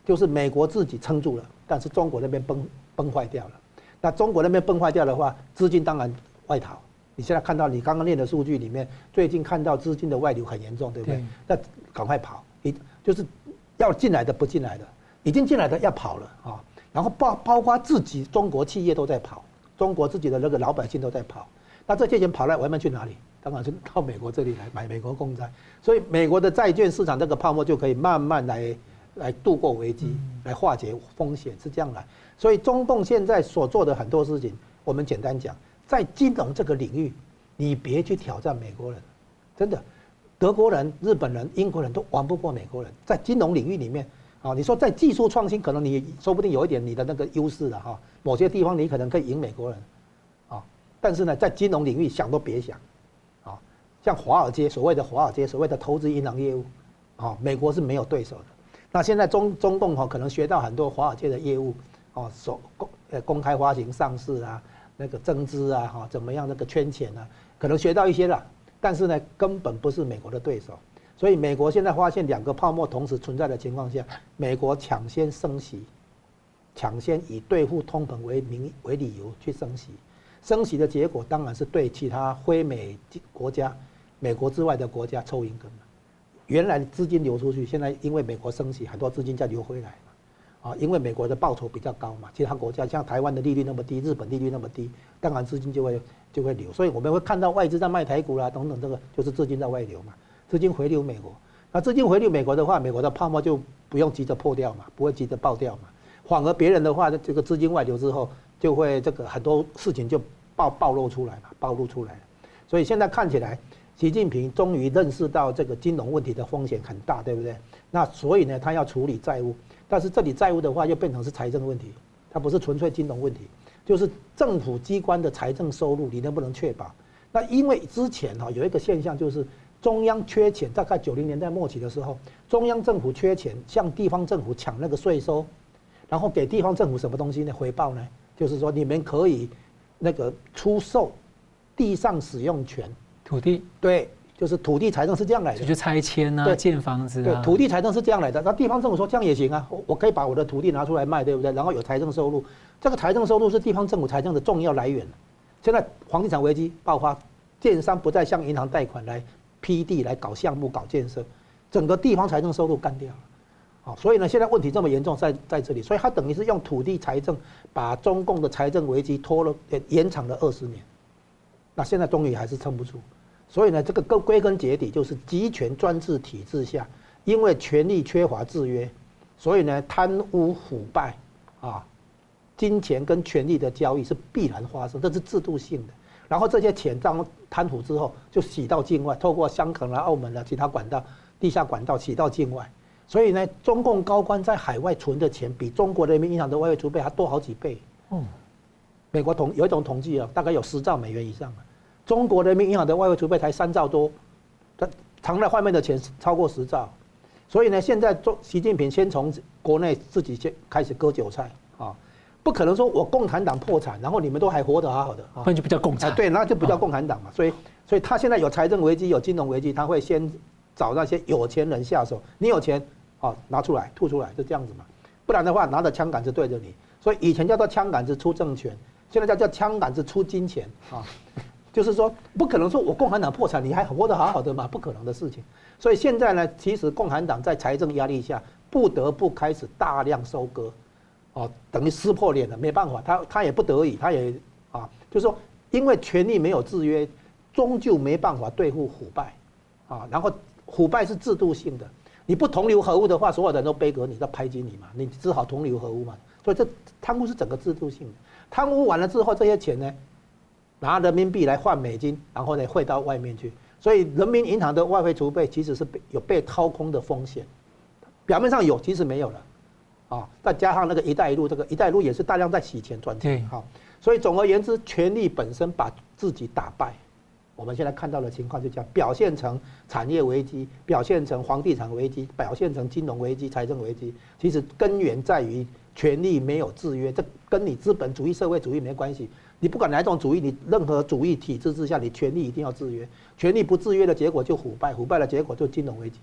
就是美国自己撑住了，但是中国那边崩坏掉了。那中国那边崩坏掉的话，资金当然外逃。你现在看到你刚刚念的数据里面，最近看到资金的外流很严重，对不对？那赶快跑，就是要进来的不进来的，已经进来的要跑了啊。然后包括自己中国企业都在跑，中国自己的那个老百姓都在跑。那这些钱跑来外面去哪里？当然是到美国这里来买美国公债。所以美国的债券市场这个泡沫就可以慢慢来度过危机，来化解风险，是这样来。所以中共现在所做的很多事情，我们简单讲。在金融这个领域，你别去挑战美国人，真的，德国人、日本人、英国人都玩不过美国人。在金融领域里面，啊，你说在技术创新，可能你说不定有一点你的那个优势了哈，某些地方你可能可以赢美国人，啊，但是呢，在金融领域想都别想，啊，像华尔街所谓的华尔街所谓的投资银行业务，啊，美国是没有对手的。那现在中共哈可能学到很多华尔街的业务，啊，公开发行上市啊。那个增资啊，哈，怎么样那个圈钱啊，可能学到一些了，但是呢，根本不是美国的对手。所以美国现在发现2个泡沫同时存在的情况下，美国抢先升息，抢先以对付通膨为理由去升息。升息的结果当然是对其他非美国家、美国之外的国家抽银根嘛。原来资金流出去，现在因为美国升息，很多资金再流回来。啊，因为美国的报酬比较高嘛，其他国家像台湾的利率那么低，日本利率那么低，当然资金就会流，所以我们会看到外资在卖台股啦，等等，这个就是资金在外流嘛，资金回流美国。那资金回流美国的话，美国的泡沫就不用急着破掉嘛，不会急着爆掉嘛，反而别人的话，这个资金外流之后，就会这个很多事情就暴露出来嘛，暴露出来了。所以现在看起来，习近平终于认识到这个金融问题的风险很大，对不对？那所以呢，他要处理债务。但是这里债务的话，又变成是财政问题，它不是纯粹金融问题，就是政府机关的财政收入你能不能确保？那因为之前哈有一个现象，就是中央缺钱，大概90年代末期的时候，中央政府缺钱，向地方政府抢那个税收，然后给地方政府什么东西呢？回报呢？就是说你们可以那个出售地上使用权，
土地，
对。就是土地财政是这样来的，
就拆迁啊，建房子啊。
对，土地财政是这样来的。那地方政府说这样也行啊，我可以把我的土地拿出来卖，对不对？然后有财政收入，这个财政收入是地方政府财政的重要来源。现在房地产危机爆发，建商不再向银行贷款来批地、来搞项目、搞建设，整个地方财政收入干掉了。好，所以呢，现在问题这么严重在这里，所以他等于是用土地财政把中共的财政危机延长了20年。那现在终于还是撑不住。所以呢，这个归根结底就是集权专制体制下，因为权力缺乏制约，所以呢，贪污腐败，啊，金钱跟权力的交易是必然发生，这是制度性的。然后这些钱当贪腐之后，就洗到境外，透过香港啦、澳门啦其他管道、地下管道洗到境外。所以呢，中共高官在海外存的钱，比中国人民银行的外汇储备还多好几倍。美国有一种统计啊，大概有10兆美元以上。中国人民银行的外汇储备才3兆多，它藏在外面的钱超过10兆，所以呢，现在习近平先从国内自己先开始割韭菜啊，不可能说我共产党破产，然后你们都还活得好好的啊，
那就不叫共产，
对，那就不叫共产党嘛。所以他现在有财政危机，有金融危机，他会先找那些有钱人下手，你有钱啊，拿出来吐出来，就这样子嘛，不然的话拿着枪杆子对着你。所以以前叫做枪杆子出政权，现在叫枪杆子出金钱啊。就是说，不可能说我共产党破产，你还活得好好的嘛？不可能的事情。所以现在呢，其实共产党在财政压力下，不得不开始大量收割，哦，等于撕破脸了，没办法，他也不得已，他也啊，就是说，因为权力没有制约，终究没办法对付腐败，啊，然后腐败是制度性的，你不同流合污的话，所有人都背革你，在排挤你嘛，你只好同流合污嘛。所以这贪污是整个制度性的，贪污完了之后，这些钱呢？拿人民币来换美金，然后呢汇到外面去，所以人民银行的外汇储备其实是有被掏空的风险，表面上有，其实没有了，啊，再加上那个“一带一路”，这个“一带一路”也是大量在洗钱赚钱，好，所以总而言之，权力本身把自己打败。我们现在看到的情况就叫表现成产业危机，表现成房地产危机，表现成金融危机、财政危机，其实根源在于权力没有制约，这跟你资本主义、社会主义没关系。你不管哪一种主义，你任何主义体制之下，你权力一定要制约，权力不制约的结果就腐败，腐败的结果就金融危机。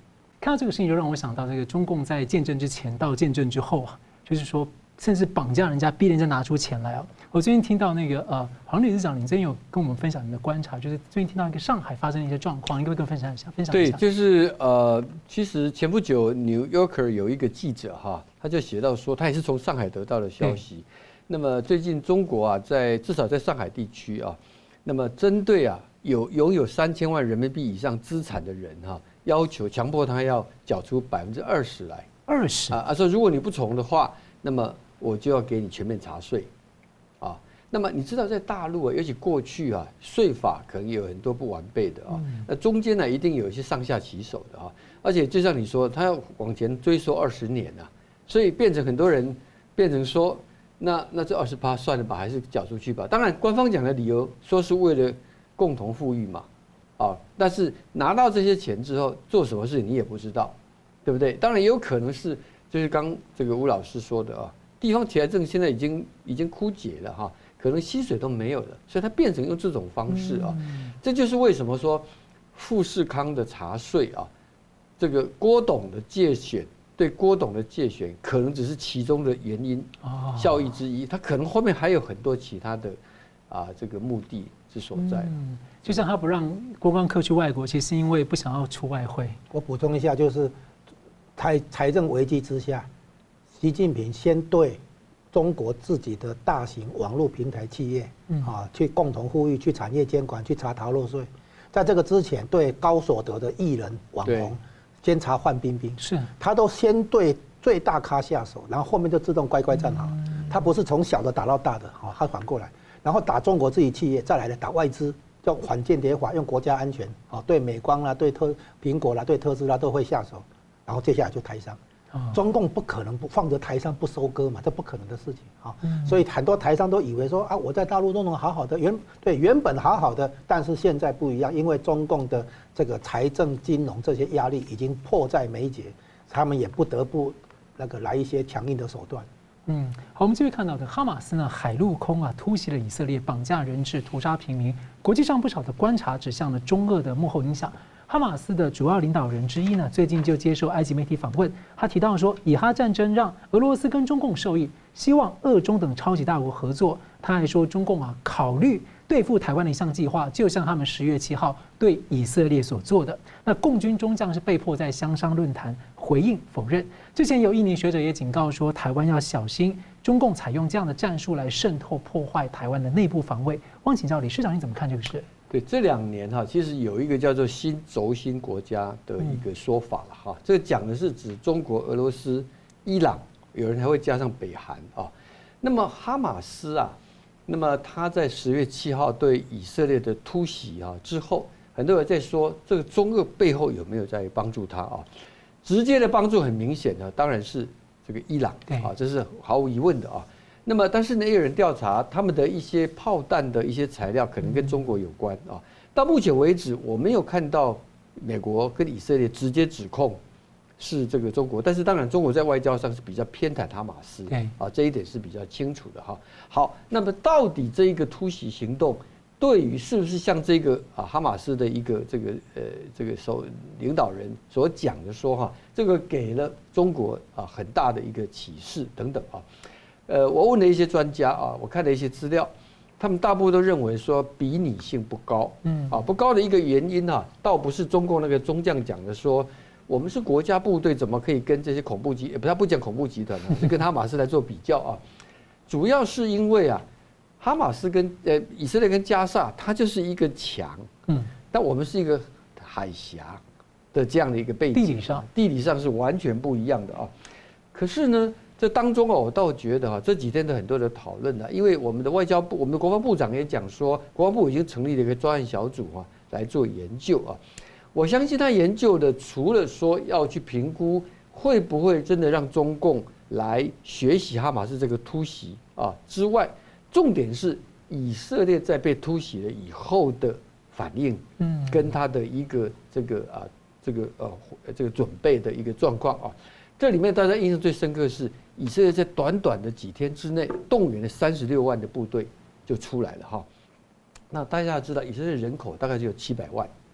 看到这个事情，就让我想到这个中共在建政之前到建政之后啊，就是说甚至绑架人家，逼人家拿出钱来啊。我最近听到那个黄理事长，你最近有跟我们分享你的观察，就是最近听到一个上海发生的一些状况，你可不可以跟我分享一下？
对，就是其实前不久《New Yorker》有一个记者哈，他就写到说，他也是从上海得到的消息。那么最近中国啊，至少在上海地区啊，那么针对啊拥有3000万人民币以上资产的人哈，要求强迫他要缴出20%来。20%说如果你不从的话，那么我就要给你全面查税。那么你知道在大陆啊，尤其过去啊，税法可能有很多不完备的啊，那中间呢一定有一些上下其手的啊，而且就像你说，他要往前追溯20年啊，所以变成很多人变成说，那这20%算了吧，还是缴出去吧。当然官方讲的理由说是为了共同富裕嘛，但是拿到这些钱之后做什么事你也不知道，对不对？当然也有可能是就是刚这个吴老师说的啊，地方财政现在已经枯竭了哈。可能薪水都没有了，所以他变成用这种方式啊，这就是为什么说富士康的查税啊，这个郭董的介选对郭董的介选可能只是其中的原因效益之一，他可能后面还有很多其他的这个目的之所在。
就像他不让观光客去外国，其实是因为不想要出外汇。
我补充一下，就是财政危机之下，习近平先对中国自己的大型网络平台企业去共同富裕，去产业监管，去查逃漏税。在这个之前，对高所得的艺人网红先查范冰冰，
是
他都先对最大咖下手，然后后面就自动乖乖站好。他不是从小的打到大的，他反过来，然后打中国自己企业，再来的打外资，叫反间谍法，用国家安全对美光啦、对苹果啦、对特斯拉都会下手，然后接下来就台商。中共不可能不放着台商不收割嘛，这不可能的事情啊。所以很多台商都以为说我在大陆都能好好的，原本好好的，但是现在不一样，因为中共的这个财政金融这些压力已经迫在眉睫，他们也不得不来一些强硬的手段。
好，我们继续看到的哈马斯呢，海陆空突袭了以色列，绑架人质，屠杀平民。国际上不少的观察指向了中俄的幕后影响。哈马斯的主要领导人之一呢，最近就接受埃及媒体访问，他提到说，以哈战争让俄罗斯跟中共受益，希望俄中等超级大国合作。他还说，中共考虑对付台湾的一项计划，就像他们10月7号对以色列所做的。那共军中将是被迫在香商论坛回应否认。之前有印尼学者也警告说，台湾要小心中共采用这样的战术来渗透破坏台湾的内部防卫。汪请教理事长，你怎么看这个事？
对，这2年其实有一个叫做新轴心国家的一个说法了哈，这个讲的是指中国、俄罗斯、伊朗，有人还会加上北韩啊。那么哈马斯那么他在10月7号对以色列的突袭之后，很多人在说这个中俄背后有没有在帮助他直接的帮助很明显的当然是这个伊朗这是毫无疑问的那么，但是呢，也有人调查他们的一些炮弹的一些材料，可能跟中国有关到目前为止，我没有看到美国跟以色列直接指控是这个中国，但是当然，中国在外交上是比较偏袒哈马斯这一点是比较清楚的好，那么到底这一个突袭行动，对于是不是像这个哈马斯的一个这个领导人所讲的说这个给了中国很大的一个启示等等我问了一些专家我看了一些资料，他们大部分都认为说比拟性不高，不高的一个原因倒不是中共那个中将讲的说我们是国家部队，怎么可以跟这些恐怖集，他不讲恐怖集团是跟哈马斯来做比较主要是因为哈马斯跟以色列跟加沙，它就是一个墙，但我们是一个海峡的这样的一个背景，地理上是完全不一样的可是呢，这当中我倒觉得这几天的很多的讨论因为我们的外交部、我们的国防部长也讲说，国防部已经成立了一个专案小组来做研究我相信他研究的除了说要去评估会不会真的让中共来学习哈马斯这个突袭之外，重点是以色列在被突袭了以后的反应，跟他的一个这个准备的一个状况这里面大家印象最深刻是，以色列在短短的几天之内动员了36万的部队就出来了那大家知道，以色列人口大概只有700万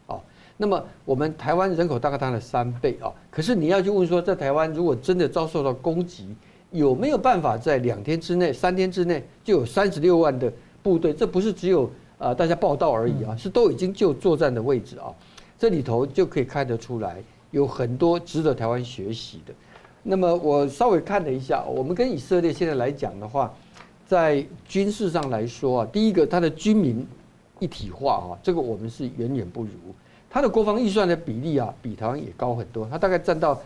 那么我们台湾人口大概它的3倍啊，可是你要去问说，在台湾如果真的遭受到攻击，有没有办法在2天之内、3天之内就有36万的部队？这不是只有大家报道而已啊，是都已经就作战的位置啊。这里头就可以看得出来，有很多值得台湾学习的。那么我稍微看了一下，我们跟以色列现在来讲的话，在军事上来说啊，第一个它的军民一体化啊，这个我们是远远不如。它的国防预算的比例啊，比台湾也高很多，它大概占到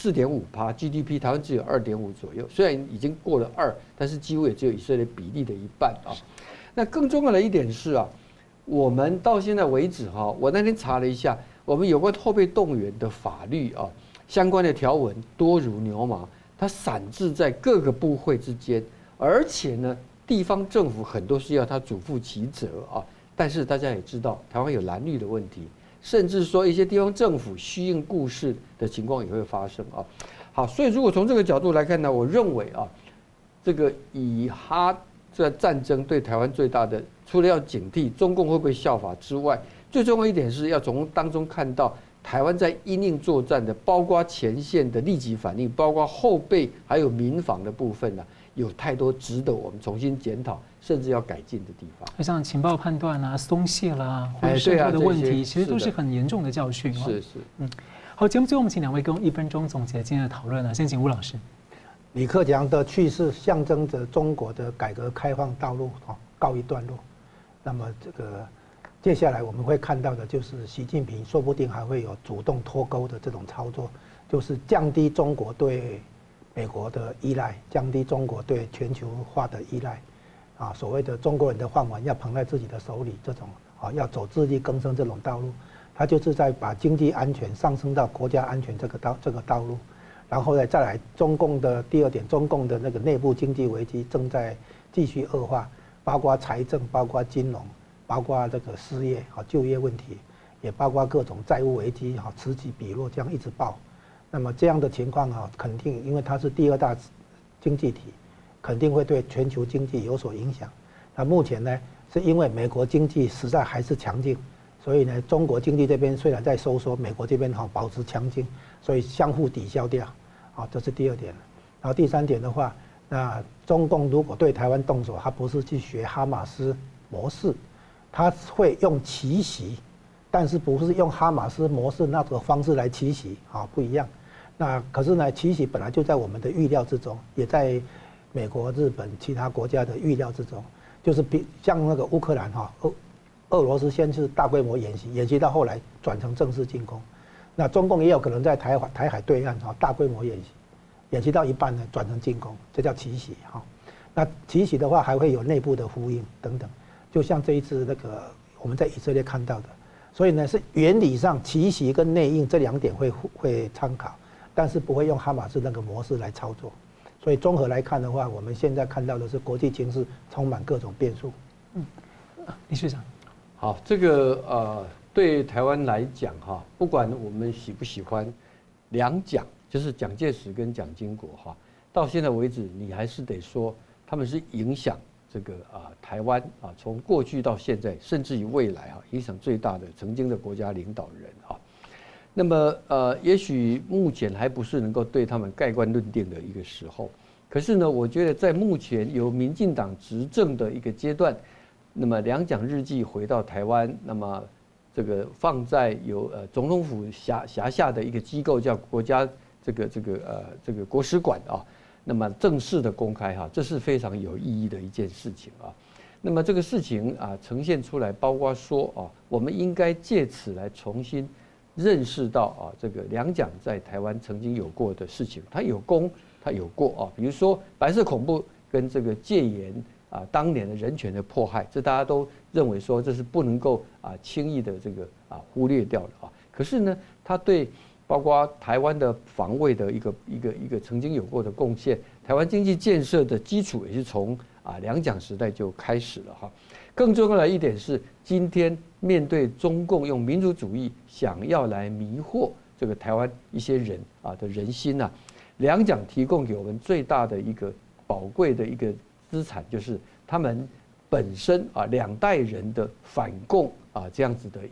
4.5%，GDP 台湾只有2.5左右，虽然已经过了2，但是几乎也只有以色列比例的1半啊。那更重要的一点是啊，我们到现在为止哈，我那天查了一下，我们有关后备动员的法律啊，相关的条文多如牛毛，它散置在各个部会之间，而且呢，地方政府很多是要它主负其责啊。但是大家也知道，台湾有蓝绿的问题。甚至说一些地方政府虚应故事的情况也会发生啊。好，所以如果从这个角度来看呢，我认为啊，这个以这战争对台湾最大的，除了要警惕中共会不会效法之外，最重要一点是要从当中看到台湾在因应作战的，包括前线的立即反应，包括后备还有民防的部分呢，有太多值得我们重新检讨，甚至要改进的地方。
像情报判断啊、松懈啦，或者社会的问题，其实都是很严重的教训。
是。
好，节目最后我们请2位跟1分钟总结今天的讨论呢。先请吴老师。
李克强的去世象征着中国的改革开放道路告一段落。那么这个接下来我们会看到的就是习近平说不定还会有主动脱钩的这种操作，就是降低中国对美国的依赖，降低中国对全球化的依赖，啊，所谓的中国人的饭碗要捧在自己的手里，这种啊要走自力更生这种道路，他就是在把经济安全上升到国家安全这个道路，然后呢再来中共的第2点，中共的那个内部经济危机正在继续恶化，包括财政，包括金融，包括这个失业和就业问题，也包括各种债务危机哈，此起彼落，这样一直爆。那么这样的情况啊，肯定因为它是第2大经济体，肯定会对全球经济有所影响。那目前呢，是因为美国经济实在还是强劲，所以呢，中国经济这边虽然在收缩，美国这边保持强劲，所以相互抵消掉，啊，这是第2点。然后第3点的话，那中共如果对台湾动手，它不是去学哈马斯模式，它会用奇袭，但是不是用哈马斯模式那种方式来奇袭啊，不一样。那可是呢，奇袭本来就在我们的预料之中，也在美国、日本其他国家的预料之中。就是像那个乌克兰哈，俄罗斯先是大规模演习，演习到后来转成正式进攻。那中共也有可能在台海对岸哈大规模演习，演习到一半呢转成进攻，这叫奇袭哈。那奇袭的话还会有内部的呼应等等，就像这一次那个我们在以色列看到的。所以呢，是原理上奇袭跟内应这2点会参考。但是不会用哈马斯那个模式来操作，所以综合来看的话，我们现在看到的是国际情势充满各种变数。
李学长，
好，这个对台湾来讲哈，不管我们喜不喜欢两蒋，就是蒋介石跟蒋经国哈，到现在为止，你还是得说他们是影响这个台湾啊，从过去到现在，甚至于未来哈，影响最大的曾经的国家领导人啊。那么也许目前还不是能够对他们盖棺论定的一个时候，可是呢，我觉得在目前由民进党执政的一个阶段，那么两蒋日记回到台湾，那么这个放在由总统府辖下的一个机构叫国家这个国史馆啊，那么正式的公开哈，这是非常有意义的一件事情啊。那么这个事情啊呈现出来，包括说啊，我们应该借此来重新认识到这个两蒋在台湾曾经有过的事情，它有功，它有过啊。比如说白色恐怖跟这个戒严当年的人权的迫害，这大家都认为说这是不能够轻易的这个忽略掉的啊。可是呢，它对包括台湾的防卫的一个曾经有过的贡献，台湾经济建设的基础也是从两蒋时代就开始了哈。更重要的一点是，今天面对中共用民族主义想要来迷惑这个台湾一些人的人心两蒋提供给我们最大的一个宝贵的一个资产，就是他们本身两代人的反共这样子的一个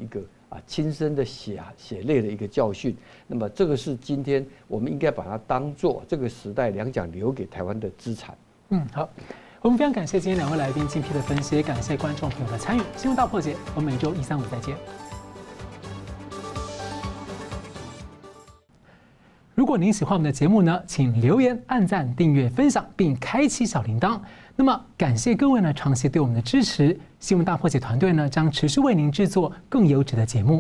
亲身的血泪的一个教训。那么这个是今天我们应该把它当做这个时代两蒋留给台湾的资产。
好，我们非常感谢今天2位来宾精辟的分析，感谢观众朋友的参与。新闻大破解，我们每周1、3、5再见。如果您喜欢我们的节目呢，请留言、按赞、订阅、分享，并开启小铃铛。那么，感谢各位呢长期对我们的支持。新闻大破解团队呢将持续为您制作更优质的节目。